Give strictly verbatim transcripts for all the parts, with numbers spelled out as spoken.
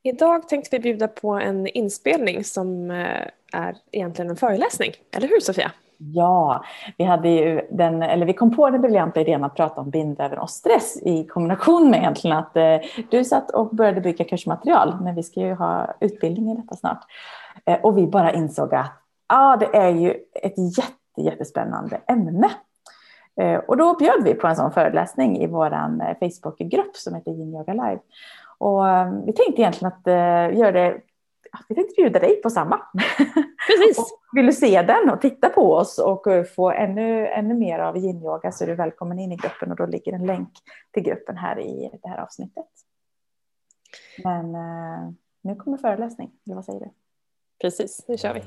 Idag tänkte vi bjuda på en inspelning som eh, är egentligen en föreläsning. Eller hur, Sofia? Ja, vi hade ju den, eller vi kom på den briljanta idén att prata om bindväven och stress i kombination med egentligen att eh, du satt och började bygga kursmaterial, men vi ska ju ha utbildning i detta snart. Eh, och vi bara insåg att ah, det är ju ett jätte, jättespännande ämne. Eh, och då bjöd vi på en sån föreläsning i våran eh, Facebookgrupp som heter Yin Yoga Live. Och eh, vi tänkte egentligen att eh, göra det, vi tänkte bjuda dig på samma. Precis. Och vill du se den och titta på oss och få ännu, ännu mer av yin-yoga så är du välkommen in i gruppen, och då ligger en länk till gruppen här i det här avsnittet. Men eh, nu kommer föreläsning, eller vad säger du? Precis, nu kör vi.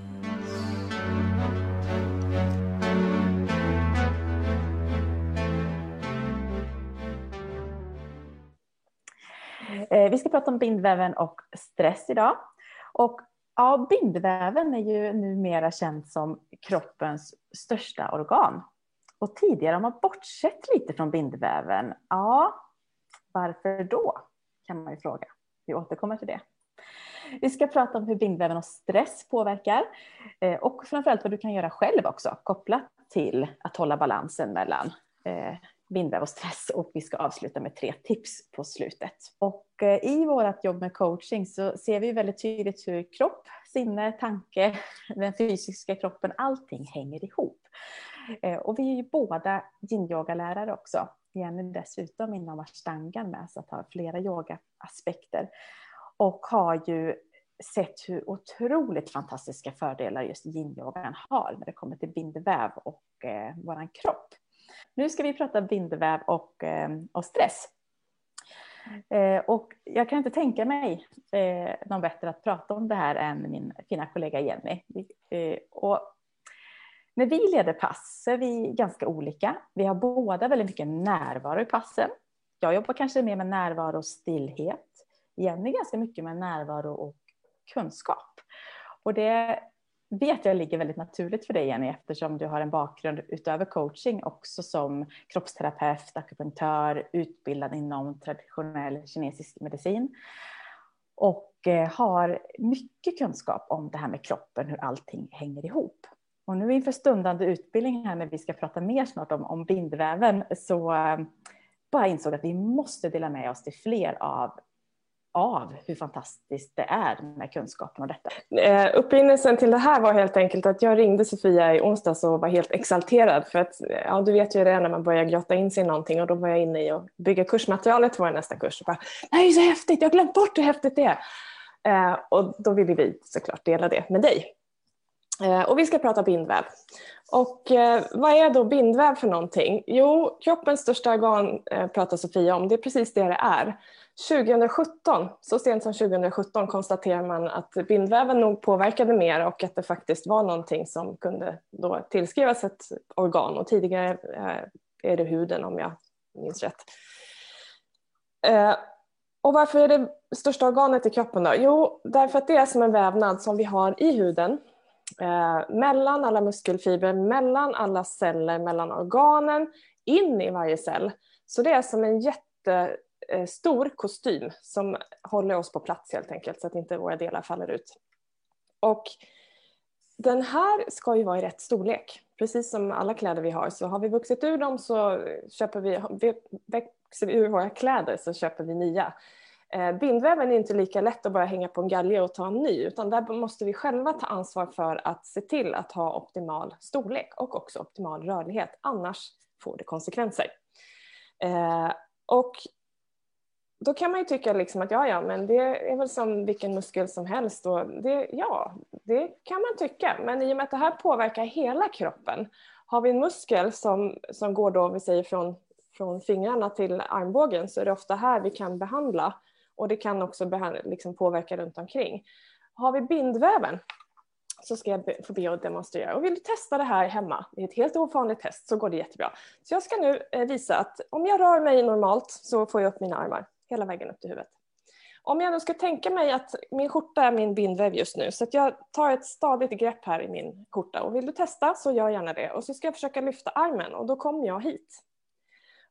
Eh, vi ska prata om bindväven och stress idag. Och ja, bindväven är ju numera känd som kroppens största organ. Och tidigare har man bortsett lite från bindväven. Ja, varför då? Kan man ju fråga. Vi återkommer till det. Vi ska prata om hur bindväven och stress påverkar. Och framförallt vad du kan göra själv också. Kopplat till att hålla balansen mellan bindväv och stress. Och vi ska avsluta med tre tips på slutet. Och i vårt jobb med coaching så ser vi väldigt tydligt hur kropp, sinne, tanke, den fysiska kroppen, allting hänger ihop. Och vi är ju båda yin-yoga-lärare också. Jenny dessutom inom ashtangan med, så att ha flera yoga-aspekter. Och har ju sett hur otroligt fantastiska fördelar just yin-yogan har när det kommer till bindväv och eh, våran kropp. Nu ska vi prata bindväv och, eh, och stress. Eh, och jag kan inte tänka mig eh, någon bättre att prata om det här än min fina kollega Jenny. Eh, och när vi leder pass så är vi ganska olika. Vi har båda väldigt mycket närvaro i passen. Jag jobbar kanske mer med närvaro och stillhet. Jenny ganska mycket med närvaro och kunskap. Och det vet jag ligger väldigt naturligt för dig, Jenny, eftersom du har en bakgrund utöver coaching också som kroppsterapeut, akupunktör, utbildad inom traditionell kinesisk medicin. Och har mycket kunskap om det här med kroppen, hur allting hänger ihop. Och nu inför stundande utbildning här när vi ska prata mer snart om, om bindväven, så äh, bara insåg att vi måste dela med oss till fler av av hur fantastiskt det är med kunskapen om detta. Eh, upprinnelsen till det här var helt enkelt att jag ringde Sofia i onsdags och var helt exalterad. För att, ja, du vet ju det när man börjar grotta in sig i någonting, och då var jag inne i att bygga kursmaterialet för vår nästa kurs. Och bara, det här är så häftigt, jag har glömt bort hur häftigt det är. Eh, och då ville vi såklart dela det med dig. Eh, och vi ska prata bindväv. Och eh, vad är då bindväv för någonting? Jo, kroppens största organ eh, pratar Sofia om. Det är precis det det är. tjugohundrasjutton, så sent som tjugohundrasjutton, konstaterar man att bindväven nog påverkade mer och att det faktiskt var någonting som kunde då tillskrivas ett organ. Och tidigare eh, är det huden, om jag minns rätt. Eh, och varför är det största organet i kroppen då? Jo, därför att det är som en vävnad som vi har i huden. Eh, mellan alla muskelfibrer, mellan alla celler, mellan organen, in i varje cell. Så det är som en jättestor kostym som håller oss på plats helt enkelt, så att inte våra delar faller ut. Och den här ska ju vara i rätt storlek. Precis som alla kläder vi har, så har vi vuxit ur dem så köper vi, växer vi ur våra kläder så köper vi nya. Bindväven är inte lika lätt att bara hänga på en galge och ta en ny, utan där måste vi själva ta ansvar för att se till att ha optimal storlek och också optimal rörlighet, annars får det konsekvenser. Eh, och då kan man ju tycka liksom att ja, ja, men det är väl som vilken muskel som helst. Och det, ja, det kan man tycka, men i och med att det här påverkar hela kroppen, har vi en muskel som, som går då, vi säger från, från fingrarna till armbågen, så är det ofta här vi kan behandla. Och det kan också behandla, liksom påverka runt omkring. Har vi bindväven så ska jag få be att demonstrera. Och vill du testa det här hemma, det är ett helt ovanligt test, så går det jättebra. Så jag ska nu visa att om jag rör mig normalt så får jag upp mina armar hela vägen upp till huvudet. Om jag då ska tänka mig att min skjorta är min bindväv just nu, så att jag tar ett stadigt grepp här i min skjorta. Och vill du testa så gör gärna det. Och så ska jag försöka lyfta armen och då kommer jag hit.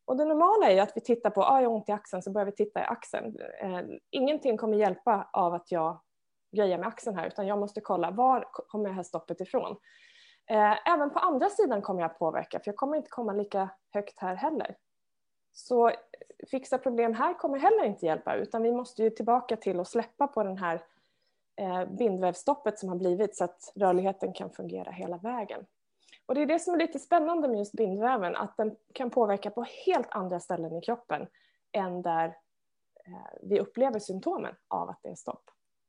Och det normala är ju att vi tittar på, ah, jag har ont i axeln, så börjar vi titta i axeln. Eh, ingenting kommer hjälpa av att jag grejer med axeln här, utan jag måste kolla var kommer det här stoppet ifrån. Eh, även på andra sidan kommer jag påverka, för jag kommer inte komma lika högt här heller. Så fixa problem här kommer heller inte hjälpa, utan vi måste ju tillbaka till att släppa på den här eh, bindvävstoppet som har blivit, så att rörligheten kan fungera hela vägen. Och det är det som är lite spännande med just bindväven, att den kan påverka på helt andra ställen i kroppen än där eh, vi upplever symptomen av att det är stopp.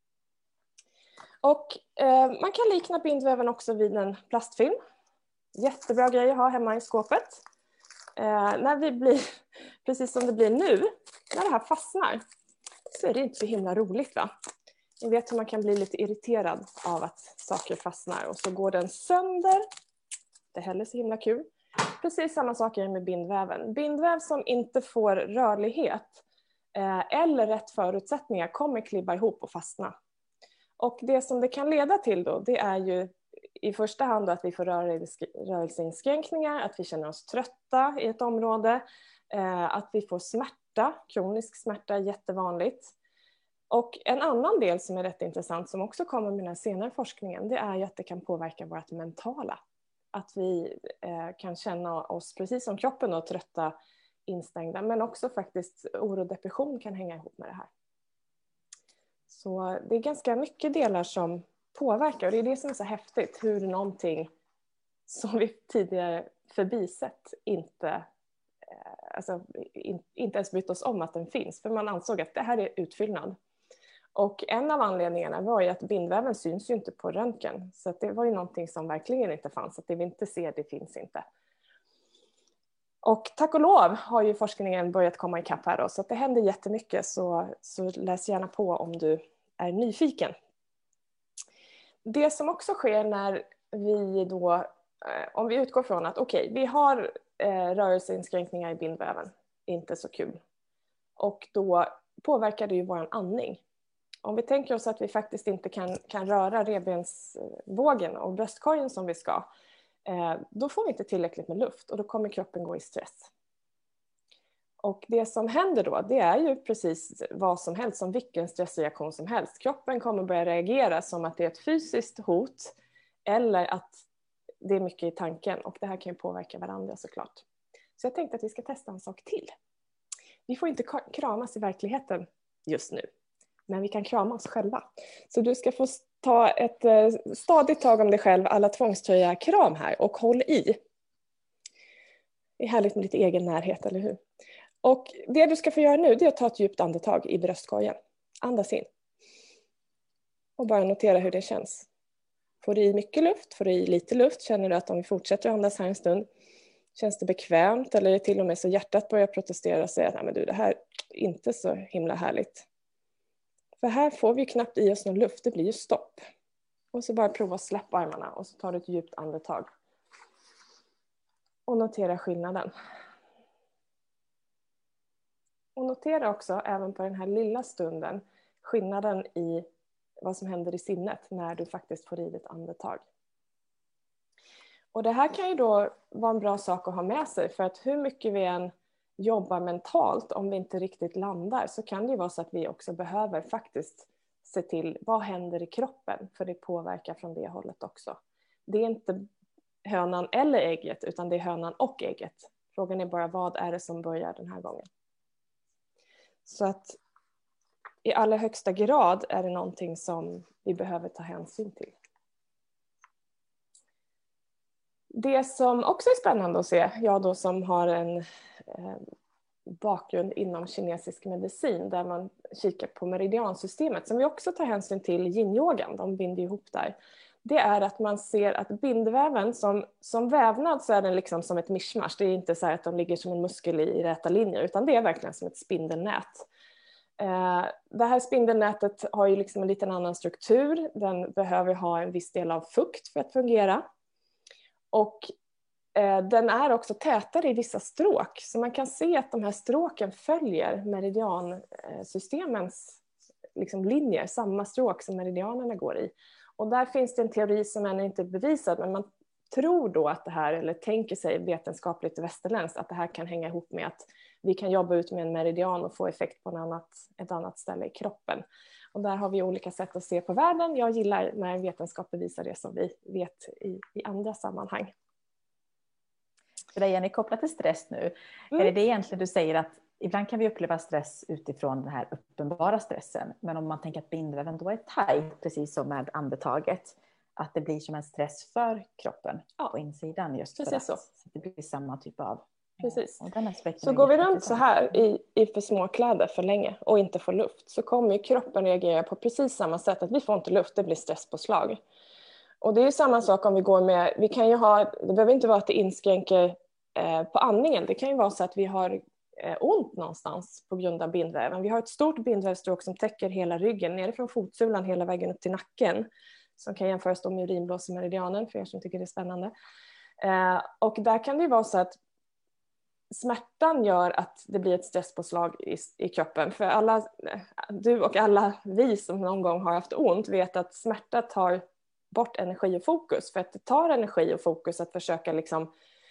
Och eh, man kan likna bindväven också vid en plastfilm. Jättebra grej att ha hemma i skåpet. Eh, när vi blir, precis som det blir nu, när det här fastnar, så är det inte så himla roligt, va? Ni vet hur man kan bli lite irriterad av att saker fastnar och så går den sönder. Det är heller så himla kul. Precis samma sak är med bindväven. Bindväv som inte får rörlighet eh, eller rätt förutsättningar kommer klibba ihop och fastna. Och det som det kan leda till då, det är ju i första hand att vi får rörelseinskränkningar, att vi känner oss trötta i ett område, eh, att vi får smärta, kronisk smärta är jättevanligt. Och en annan del som är rätt intressant som också kommer med den här senare forskningen, det är ju att det kan påverka vårt mentala. Att vi eh, kan känna oss, precis som kroppen då, trötta, instängda, men också faktiskt oro och depression kan hänga ihop med det här. Så det är ganska mycket delar som påverkar, och det är det som är så häftigt, hur någonting som vi tidigare förbisett inte, eh, alltså, in, inte ens brytt oss om att den finns, för man ansåg att det här är utfyllnad. Och en av anledningarna var ju att bindväven syns ju inte på röntgen. Så att det var ju någonting som verkligen inte fanns. Att det vi inte ser, det finns inte. Och tack och lov har ju forskningen börjat komma ikapp här då. Så att det händer jättemycket. Så, så läs gärna på om du är nyfiken. Det som också sker när vi då, om vi utgår från att okej, okay, vi har eh, rörelseinskränkningar i bindväven. Inte så kul. Och då påverkar det ju vår andning. Om vi tänker oss att vi faktiskt inte kan, kan röra revbensvågen och bröstkorgen som vi ska, eh, då får vi inte tillräckligt med luft och då kommer kroppen gå i stress. Och det som händer då, det är ju precis vad som helst, som vilken stressreaktion som helst. Kroppen kommer börja reagera som att det är ett fysiskt hot eller att det är mycket i tanken, och det här kan ju påverka varandra såklart. Så jag tänkte att vi ska testa en sak till. Vi får inte kramas i verkligheten just nu. Men vi kan krama oss själva. Så du ska få ta ett stadigt tag om dig själv, alla tvångströja kram här, och håll i. Det är härligt med lite egen närhet, eller hur? Och det du ska få göra nu, det är att ta ett djupt andetag i bröstkorgen. Andas in. Och bara notera hur det känns. Får du i mycket luft? Får du i lite luft? Känner du att om vi fortsätter att andas här en stund, känns det bekvämt? Eller är det till och med så hjärtat börjar protestera och säga, nej men du, det här är inte så himla härligt. För här får vi knappt i oss någon luft, det blir ju stopp. Och så bara prova att släppa armarna och så tar du ett djupt andetag. Och notera skillnaden. Och notera också även på den här lilla stunden skillnaden i vad som händer i sinnet när du faktiskt får i ditt andetag. Och det här kan ju då vara en bra sak att ha med sig, för att hur mycket vi än jobbar mentalt, om vi inte riktigt landar, så kan det ju vara så att vi också behöver faktiskt se till vad händer i kroppen, för det påverkar från det hållet också. Det är inte hönan eller ägget, utan det är hönan och ägget. Frågan är bara, vad är det som börjar den här gången? Så att i allra högsta grad är det någonting som vi behöver ta hänsyn till. Det som också är spännande att se, jag då som har en eh, bakgrund inom kinesisk medicin där man kikar på meridiansystemet, som vi också tar hänsyn till i yin-yogan, de binder ihop där. Det är att man ser att bindväven som, som vävnad så är den liksom som ett mischmasch. Det är inte så här att de ligger som en muskel i, i räta linjer, utan det är verkligen som ett spindelnät. Eh, det här spindelnätet har ju liksom en liten annan struktur. Den behöver ha en viss del av fukt för att fungera. Och eh, den är också tätare i vissa stråk. Så man kan se att de här stråken följer meridiansystemens liksom linjer. Samma stråk som meridianerna går i. Och där finns det en teori som ännu inte är bevisad. Men man tror då att det här, eller tänker sig vetenskapligt västerländskt, att det här kan hänga ihop med att vi kan jobba ut med en meridian och få effekt på en annat, ett annat ställe i kroppen. Och där har vi olika sätt att se på världen. Jag gillar när vetenskapen visar det som vi vet i, i andra sammanhang. För dig, Jenny, kopplat till stress nu, Mm. är det det egentligen du säger att ibland kan vi uppleva stress utifrån den här uppenbara stressen, men om man tänker att bindväven då är tajt, precis som med andetaget, att det blir som en stress för kroppen ja. på insidan, just precis för att så. Så det blir samma typ av... Precis. Och den aspekten Så är går vi runt så jätteintressant. här i, i för små kläder för länge och inte får luft, så kommer ju kroppen reagera på precis samma sätt, att vi får inte luft, det blir stresspåslag. Och det är ju samma sak om vi går med, vi kan ju ha, det behöver inte vara att det inskränker eh, på andningen, det kan ju vara så att vi har eh, ont någonstans på grund av bindväven. Vi har ett stort bindvävsstråk som täcker hela ryggen, nerifrån fotsulan hela vägen upp till nacken, som kan jämföras då med urinblåsemeridianen för er som tycker det är spännande. Eh, och där kan det ju vara så att smärtan gör att det blir ett stresspåslag i, i kroppen. För alla, du och alla vi som någon gång har haft ont vet att smärta tar bort energi och fokus. För att det tar energi och fokus att försöka liksom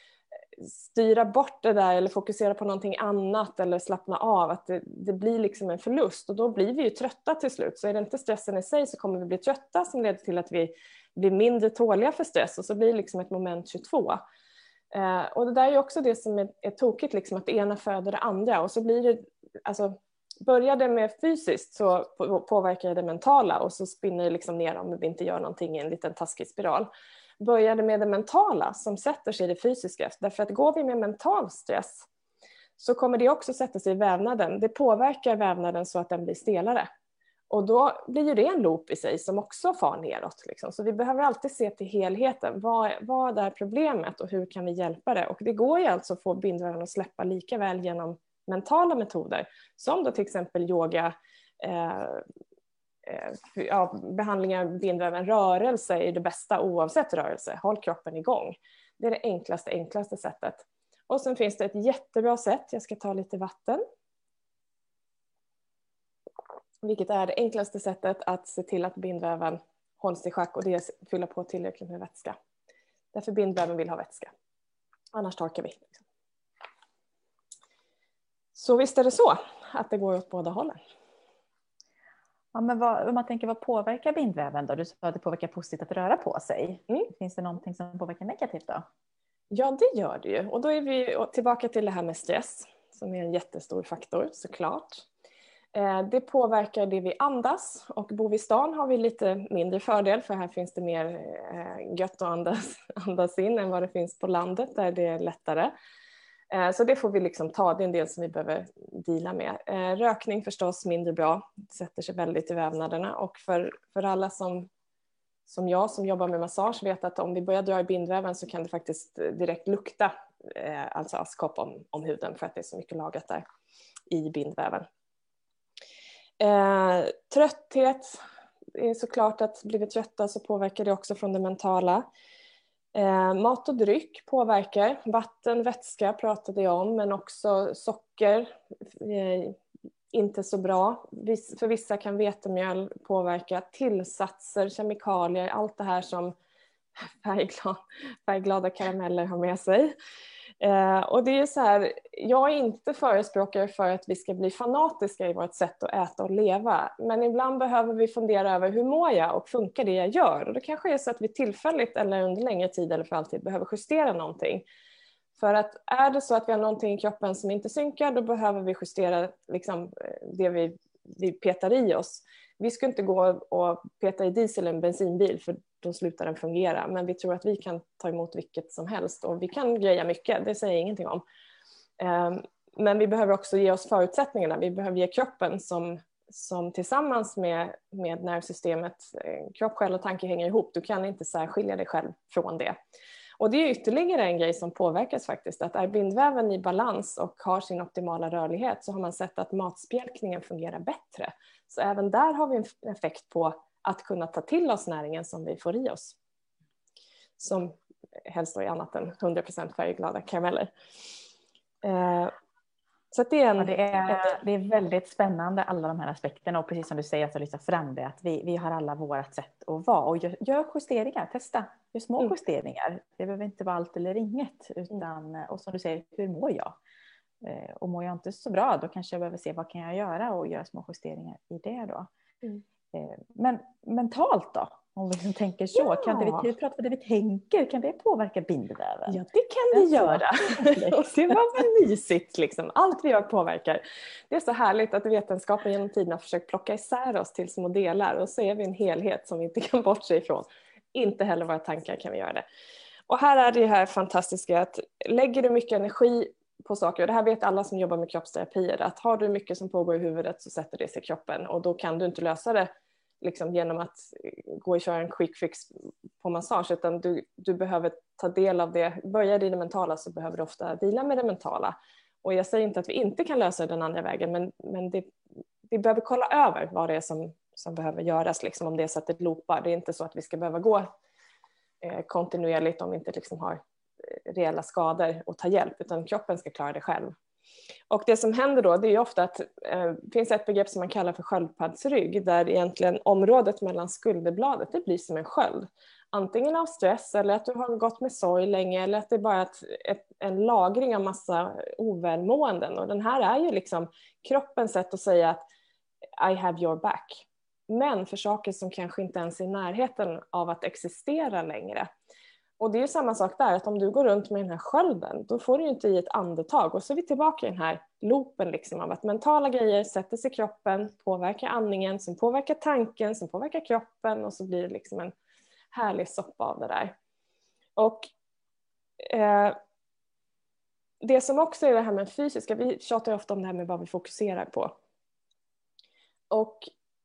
styra bort det där eller fokusera på någonting annat eller slappna av. Att det, det blir liksom en förlust och då blir vi ju trötta till slut. Så är det inte stressen i sig så kommer vi bli trötta, som leder till att vi blir mindre tåliga för stress, och så blir det liksom ett moment tjugotvå. Uh, och det där är ju också det som är, är tokigt, liksom, att det ena föder det andra, och så blir det, alltså börjar det med fysiskt så på, påverkar det, det mentala, och så spinner det liksom ner om vi inte gör någonting i en liten taskig spiral. Börjar det med det mentala som sätter sig i det fysiska, därför att går vi med mental stress så kommer det också sätta sig i vävnaden. Det påverkar vävnaden så att den blir stelare. Och då blir ju det en loop i sig som också far neråt. Liksom. Så vi behöver alltid se till helheten. Vad, vad är problemet och hur kan vi hjälpa det? Och det går ju alltså att få bindväven att släppa lika väl genom mentala metoder. Som då till exempel yoga, eh, eh, ja, behandlingar av bindväven. Rörelse är det bästa oavsett rörelse. Håll kroppen igång. Det är det enklaste, enklaste sättet. Och sen finns det ett jättebra sätt. Jag ska ta lite vatten. Vilket är det enklaste sättet att se till att bindväven hålls i schack, och det är att fylla på tillräckligt med vätska. Därför bindväven vill ha vätska. Annars torkar vi. Så visst är det så att det går åt båda hållen. Ja, men vad, om man tänker, vad påverkar bindväven då? Du sa att det påverkar positivt att röra på sig. Mm. Finns det någonting som påverkar negativt då? Ja, det gör det ju. Och då är vi tillbaka till det här med stress, som är en jättestor faktor såklart. Det påverkar det vi andas, och bor vi i stan har vi lite mindre fördel, för här finns det mer gött att andas, andas in än vad det finns på landet där det är lättare. Så det får vi liksom ta, det är en del som vi behöver deala med. Rökning förstås mindre bra, det sätter sig väldigt i vävnaderna, och för, för alla som, som jag som jobbar med massage vet att om vi börjar dra i bindväven så kan det faktiskt direkt lukta, alltså askkopp om, om huden, för att det är så mycket lagrat där i bindväven. Eh, trötthet är såklart, att blir vi trötta så påverkar det också från det mentala. Eh, mat och dryck påverkar. Vatten, vätska pratade jag om, men också socker. Eh, inte så bra. Viss, för vissa kan vetemjöl påverka. Tillsatser, kemikalier, allt det här som färgglada, färgglada karameller har med sig. Eh, och det är så här, jag är inte förespråkare för att vi ska bli fanatiska i vårt sätt att äta och leva, men ibland behöver vi fundera över hur mår jag och funkar det jag gör, och det kanske är så att vi tillfälligt eller under längre tid eller för alltid behöver justera någonting. För att är det så att vi har någonting i kroppen som inte synkar, då behöver vi justera liksom, det vi, vi petar i oss. Vi ska inte gå och peta i diesel i en bensinbil, för då slutar den fungera. Men vi tror att vi kan ta emot vilket som helst, och vi kan greja mycket, det säger jag ingenting om. Men vi behöver också ge oss förutsättningarna. Vi behöver ge kroppen som, som tillsammans med, med nervsystemet, kropp, själ och tanke hänger ihop. Du kan inte särskilja dig själv från det. Och det är ytterligare en grej som påverkas faktiskt. Att är bindväven i balans och har sin optimala rörlighet, så har man sett att matspjälkningen fungerar bättre. Så även där har vi en effekt på att kunna ta till oss näringen som vi får i oss. Som helst då är annat än hundra procent färgglada karameller. Eh, Så att det är en... Ja, det, är, det är väldigt spännande alla de här aspekterna, och precis som du säger att du lyfter fram det, att vi, vi har alla vårat sätt att vara, och gör, gör justeringar, testa, gör små Mm. justeringar. Det behöver inte vara allt eller inget, utan, och som du säger, hur mår jag? Och mår jag inte så bra, då kanske jag behöver se vad kan jag göra och göra små justeringar i det då. Mm. Men mentalt då? Om vi tänker så, Ja. kan det, vi prata om det vi tänker, kan det påverka bindväven? Ja, det kan det göra. Och det var väl mysigt liksom. Allt vi gör påverkar. Det är så härligt att vetenskapen genom tiden har försökt plocka isär oss till små delar, och så är vi en helhet som vi inte kan bortse ifrån. Inte heller våra tankar kan vi göra det. Och här är det här fantastiska att lägger du mycket energi på saker, och det här vet alla som jobbar med kroppsterapier, att har du mycket som pågår i huvudet så sätter det sig i kroppen, och då kan du inte lösa det liksom genom att gå och köra en quick fix på massage, utan du, du behöver ta del av det. Börjar i det mentala så behöver du ofta vila med det mentala. Och jag säger inte att vi inte kan lösa den andra vägen, men, men det, vi behöver kolla över vad det är som, som behöver göras, liksom, om det är så att det loopar. Det är inte så att vi ska behöva gå eh, kontinuerligt om vi inte liksom har reella skador och ta hjälp, utan kroppen ska klara det själv. Och det som händer då, det är ju ofta att eh, det finns ett begrepp som man kallar för sköldpaddsrygg, där egentligen området mellan skulderbladet, det blir som en sköld. Antingen av stress, eller att du har gått med sorg länge, eller att det är bara ett, ett, en lagring av massa ovälmåenden. Och den här är ju liksom kroppens sätt att säga att I have your back. Men för saker som kanske inte ens är i närheten av att existera längre. Och det är ju samma sak där, att om du går runt med den här skölden, då får du ju inte i ett andetag. Och så är vi tillbaka i den här loopen liksom, av att mentala grejer sätter sig i kroppen, påverkar andningen, som påverkar tanken, som påverkar kroppen, och så blir det liksom en härlig soppa av det där. Och eh, det som också är det här med fysiska, vi tjatar ju ofta om det här med vad vi fokuserar på. Och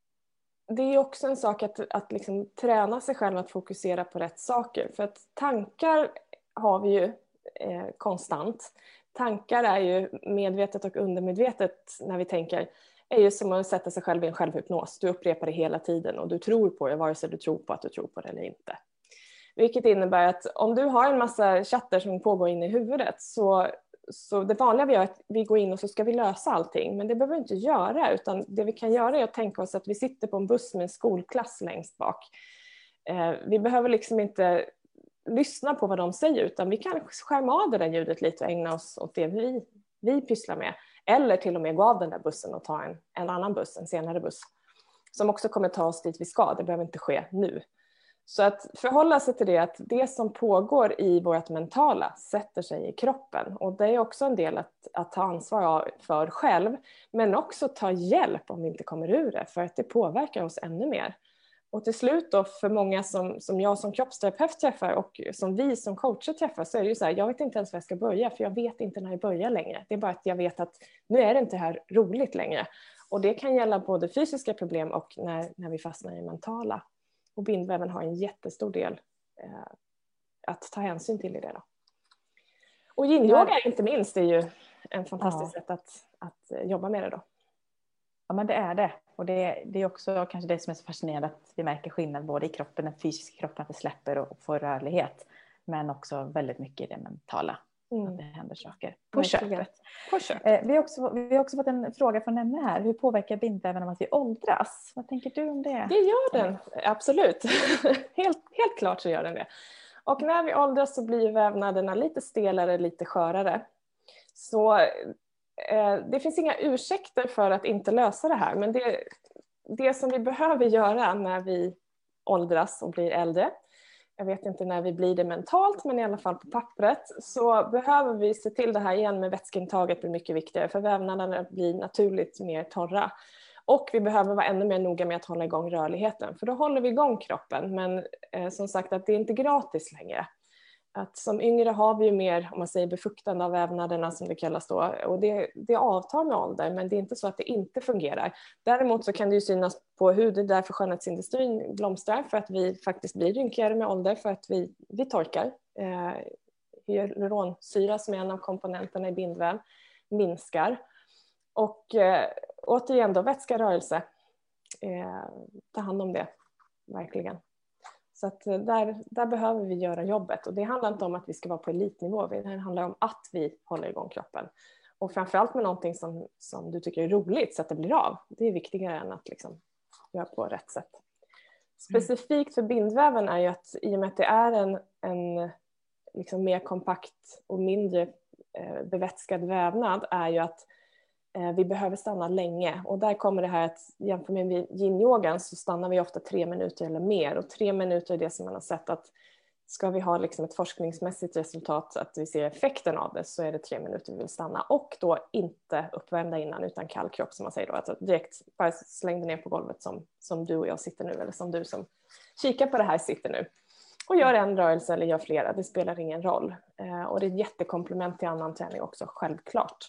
det är också en sak att, att liksom träna sig själv att fokusera på rätt saker. För att tankar har vi ju eh, konstant. Tankar är ju medvetet och undermedvetet när vi tänker. Är ju som att sätta sig själv i en självhypnos. Du upprepar det hela tiden och du tror på det, vare sig du tror på att du tror på det eller inte. Vilket innebär att om du har en massa chatter som pågår in i huvudet, så Så det vanliga vi gör är att vi går in och så ska vi lösa allting. Men det behöver vi inte göra, utan det vi kan göra är att tänka oss att vi sitter på en buss med en skolklass längst bak. Eh, vi behöver liksom inte lyssna på vad de säger, utan vi kan skärma av det där ljudet lite och ägna oss åt det vi, vi pysslar med. Eller till och med gå av den där bussen och ta en, en annan buss, en senare buss. Som också kommer ta oss dit vi ska, det behöver inte ske nu. Så att förhålla sig till det, att det som pågår i vårt mentala sätter sig i kroppen. Och det är också en del att, att ta ansvar för själv. Men också ta hjälp om vi inte kommer ur det. För att det påverkar oss ännu mer. Och till slut då, för många som, som jag som kroppsterapeut träffar och som vi som coacher träffar, så är det ju så här, jag vet inte ens var jag ska börja. För jag vet inte när jag börjar längre. Det är bara att jag vet att nu är det inte här roligt längre. Och det kan gälla både fysiska problem och när, när vi fastnar i mentala. Och bindväven har en jättestor del eh, att ta hänsyn till i det då. Och yin-yoga inte minst är ju en fantastisk ja. sätt att, att jobba med det då. Ja, men det är det. Och det, det är också kanske det som är så fascinerande, att vi märker skillnad både i kroppen, den fysiska kroppen, att det släpper och får rörlighet. Men också väldigt mycket i det mentala. Mm. Att det händer saker på köpet. På köpet. Eh, vi, har också, vi har också fått en fråga från Emma här. Hur påverkar bindväven om att vi åldras? Vad tänker du om det? Det gör den, absolut. helt, helt klart så gör den det. Och när vi åldras så blir vävnaderna lite stelare, lite skörare. Så eh, det finns inga ursäkter för att inte lösa det här. Men det, det som vi behöver göra när vi åldras och blir äldre, jag vet inte när vi blir det mentalt, men i alla fall på pappret, så behöver vi se till det här igen med vätskeintaget blir mycket viktigare, för vävnaderna blir naturligt mer torra. Och vi behöver vara ännu mer noga med att hålla igång rörligheten, för då håller vi igång kroppen, men eh, som sagt att det är inte gratis längre. Att som yngre har vi ju mer, om man säger befuktande av vävnaderna som det kallas då, och det, det avtar med ålder, men det är inte så att det inte fungerar. Däremot så kan det ju synas på hud, det är därför skönhetsindustrin blomstrar, för att vi faktiskt blir rynkigare med ålder, för att vi, vi torkar. Eh, hyaluronsyra som är en av komponenterna i bindväv minskar. Och eh, återigen då vätska, rörelse, eh, ta hand om det, verkligen. Så att där, där behöver vi göra jobbet. Och det handlar inte om att vi ska vara på elitnivå. Det handlar om att vi håller igång kroppen. Och framförallt med någonting som, som du tycker är roligt så att det blir av. Det är viktigare än att liksom göra på rätt sätt. Specifikt för bindväven är ju att i och med att det är en, en liksom mer kompakt och mindre eh, bevätskad vävnad är ju att eh, vi behöver stanna länge. Och där kommer det här att jämfört med yin-yogan så stannar vi ofta tre minuter eller mer. Och tre minuter är det som man har sett att ska vi ha liksom ett forskningsmässigt resultat att vi ser effekten av det så är det tre minuter vi vill stanna. Och då inte uppvärmda innan utan kall kropp som man säger då. Alltså direkt bara släng dig ner på golvet som, som du och jag sitter nu eller som du som kikar på det här sitter nu. Och gör en rörelse eller gör flera, det spelar ingen roll. Eh, och det är ett jättekomplement till annan träning också, självklart.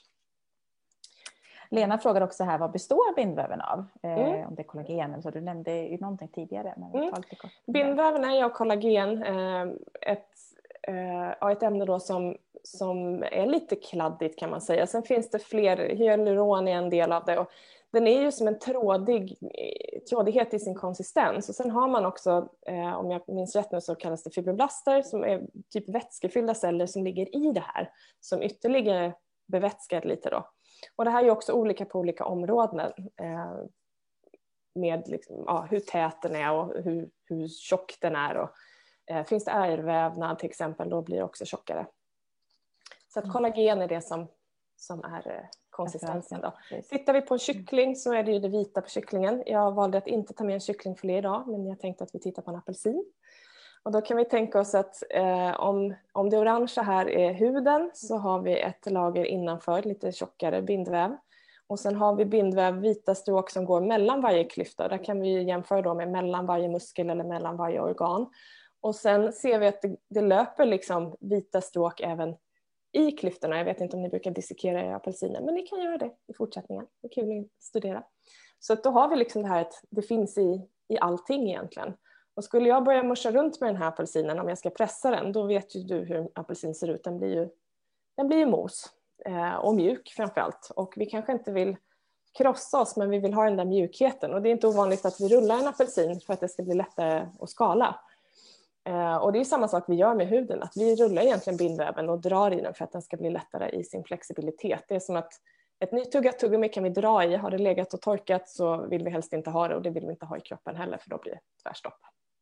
Lena frågar också här, vad består bindväven av? Eh, Mm. Om det är kollagen eller så. Du nämnde ju någonting tidigare. Men Mm. lite kort. Bindväven är ju av kollagen. Eh, ett, eh, ett ämne då som, som är lite kladdigt kan man säga. Sen finns det fler, hyaluron är en del av det. Och den är ju som en trådig, trådighet i sin konsistens. Och sen har man också, eh, om jag minns rätt nu så kallas det fibroblaster som är typ vätskefyllda celler som ligger i det här. Som ytterligare bevätskar lite då. Och det här är ju också olika på olika områden. Eh, med liksom, ja, hur tät den är och hur, hur tjock den är. Och, eh, finns det ärrvävnad till exempel då blir det också tjockare. Så att kollagen är det som, som är eh, konsistensen då. Tittar vi på en kyckling så är det ju det vita på kycklingen. Jag valde att inte ta med en kycklingfilé idag men jag tänkte att vi tittar på en apelsin. Och då kan vi tänka oss att eh, om, om det orangea här är huden så har vi ett lager innanför, lite tjockare bindväv. Och sen har vi bindväv, vita stråk som går mellan varje klyfta. Där kan vi jämföra då med mellan varje muskel eller mellan varje organ. Och sen ser vi att det, det löper liksom vita stråk även i klyftorna. Jag vet inte om ni brukar dissekera era apelsiner, men ni kan göra det i fortsättningen. Det är kul att studera. Så att då har vi liksom det här att det finns i, i allting egentligen. Och skulle jag börja morsa runt med den här apelsinen om jag ska pressa den, då vet ju du hur apelsin ser ut. Den blir ju, den blir ju mos eh, och mjuk framförallt. Och vi kanske inte vill krossa oss, men vi vill ha den där mjukheten. Och det är inte ovanligt att vi rullar en apelsin för att det ska bli lättare att skala. Eh, och det är samma sak vi gör med huden. Att vi rullar egentligen bindväven och drar i den för att den ska bli lättare i sin flexibilitet. Det är som att ett nytuggat tuggummi kan vi dra i. Har det legat och torkat så vill vi helst inte ha det. Och det vill vi inte ha i kroppen heller för då blir det tvärstopp.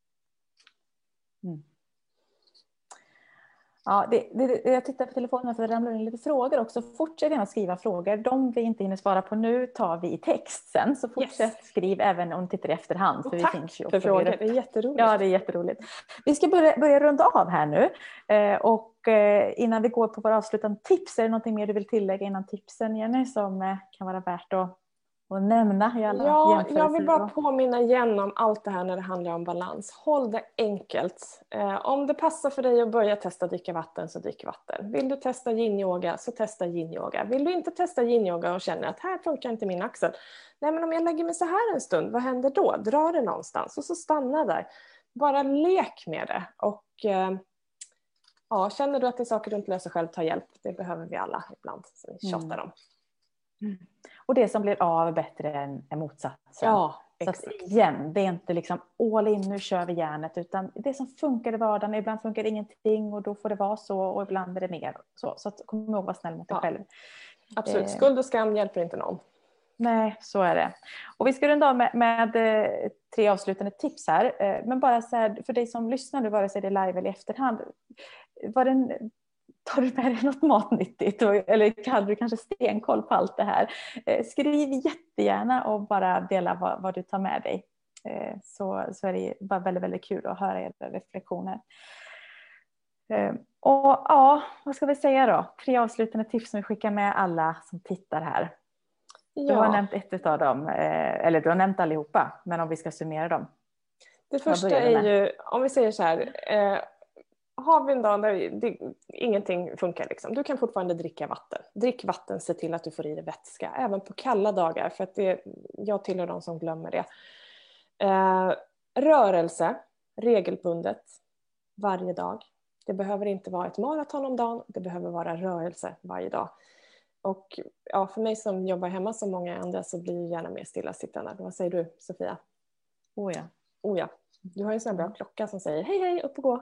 Mm. Ja, det, det, jag tittar på telefonen för det ramlar in lite frågor också. Fortsätt gärna skriva frågor. De vi inte hinner svara på nu tar vi i text sen. Så fortsätt yes. skriv även om du tittar i efterhand. För och vi tack finns ju för frågor. Det är jätteroligt. Ja, det är jätteroligt. Vi ska börja, börja runda av här nu. Eh, och eh, innan vi går på våra avslutande tips. Är det någonting mer du vill tillägga innan tipsen, Jenny, som eh, kan vara värt att och nämna i alla ja, jag vill bara påminna igen om allt det här när det handlar om balans. Håll det enkelt. Eh, om det passar för dig att börja testa dricka vatten så drick vatten. Vill du testa yin-yoga så testa yin-yoga. Vill du inte testa yin-yoga och känner att här funkar inte min axel. Nej, men om jag lägger mig så här en stund, vad händer då? Dra det någonstans och så stanna där. Bara lek med det. Och eh, ja, känner du att det är saker du inte löser själv, ta hjälp. Det behöver vi alla ibland. Så vi tjatar mm. om. Mm. Och det som blir av är bättre än, än motsatsen. Ja, så att igen, det är inte liksom all in, nu kör vi järnet. Utan det som funkar i vardagen, ibland funkar ingenting och då får det vara så. Och ibland är det mer så. Så att, kom ihåg att vara snäll mot dig ja. själv. Absolut, Eh, skuld och skam hjälper inte någon. Nej, så är det. Och vi ska runda av med, med eh, tre avslutande tips här. Eh, men bara så här, för dig som lyssnar nu, vare sig det är live eller i efterhand. Var den... Tar du med dig något matnyttigt eller hade du kanske stenkoll på allt det här? Skriv jättegärna och bara dela vad, vad du tar med dig. Så, så är det bara väldigt, väldigt kul att höra era reflektioner. Och ja, vad ska vi säga då? Tre avslutande tips som vi skickar med alla som tittar här. Ja. Du har nämnt ett av dem, eller du har nämnt allihopa, men om vi ska summera dem. Det första är ju, om vi säger så här... Eh, har vi en dag där det, ingenting funkar liksom. Du kan fortfarande dricka vatten. Drick vatten, se till att du får i dig vätska. Även på kalla dagar. För att det, jag tillhör de som glömmer det. Eh, rörelse. Regelbundet. Varje dag. Det behöver inte vara ett maraton om dagen. Det behöver vara rörelse varje dag. Och ja, för mig som jobbar hemma som många andra så blir jag gärna mer stillasittande. Vad säger du, Sofia? Oh ja. Oh ja. Du har ju en sån här bra klocka som säger hej hej upp och gå.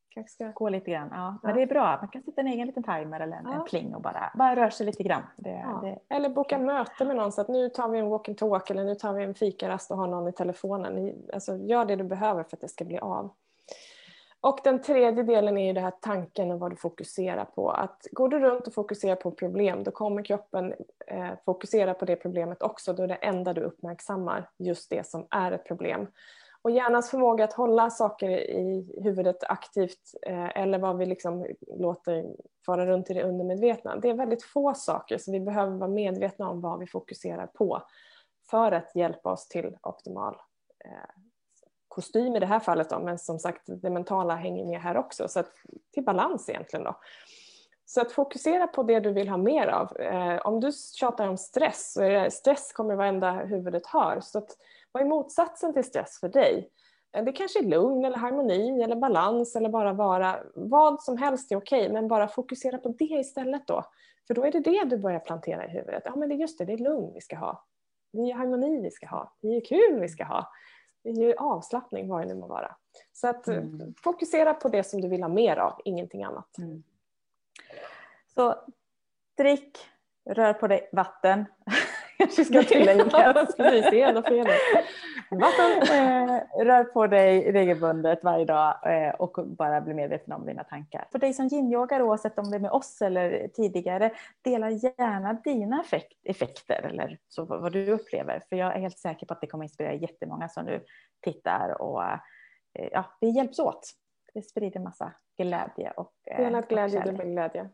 kanske ska gå lite grann. Ja. Men ja. det är bra. Man kan sätta en egen liten timer eller en, ja. en pling och bara, bara röra sig lite grann. Det, ja. det... Eller boka möte med någon så att nu tar vi en walk and talk eller nu tar vi en fikarast och har någon i telefonen. Alltså, gör det du behöver för att det ska bli av. Och den tredje delen är ju det här tanken och vad du fokuserar på. Att går du runt och fokuserar på problem, då kommer kroppen eh, fokusera på det problemet också. Då är det enda du uppmärksammar just det som är ett problem. Och hjärnans förmåga att hålla saker i huvudet aktivt eh, eller vad vi liksom låter fara runt i det undermedvetna. Det är väldigt få saker, så vi behöver vara medvetna om vad vi fokuserar på för att hjälpa oss till optimal eh, kostym i det här fallet då, men som sagt det mentala hänger med här också, så att, till balans egentligen då. Så att fokusera på det du vill ha mer av. Eh, om du tjatar om stress, så är det, stress kommer varenda huvudet hör. Så att, vad är motsatsen till stress för dig? Eh, det kanske är lugn eller harmoni eller balans eller bara vara, vad som helst är okej, men bara fokusera på det istället då. För då är det det du börjar plantera i huvudet. Ja men det är just det, det är lugn vi ska ha. Det är harmoni vi ska ha. Det är kul vi ska ha. Det är ju avslappning vad det nu må vara. Så att mm. fokusera på det som du vill ha mer av, ingenting annat. Mm. Så drick, rör på dig, vatten. Kanske ska tillägga. Precis, det är ändå fel. Vatten. Eh, rör på dig regelbundet varje dag eh, och bara bli medveten om dina tankar. För dig som yin-yogar, oavsett om det är med oss eller tidigare, dela gärna dina effekt, effekter eller så, vad du upplever. För jag är helt säker på att det kommer inspirera jättemånga som nu tittar och eh, ja, det hjälps åt. Det sprider massa glädje och eh, delad glädje, dubbel glädje.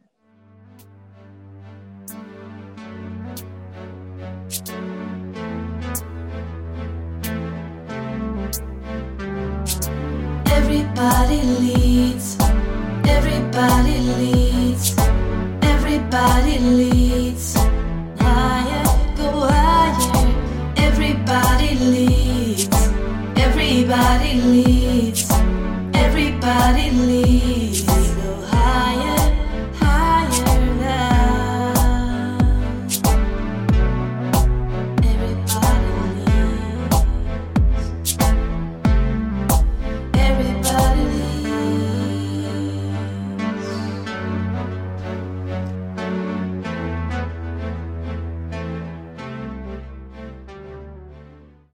Everybody leads, everybody leads, everybody leads, higher, go higher. Everybody leads, everybody leads, everybody leads.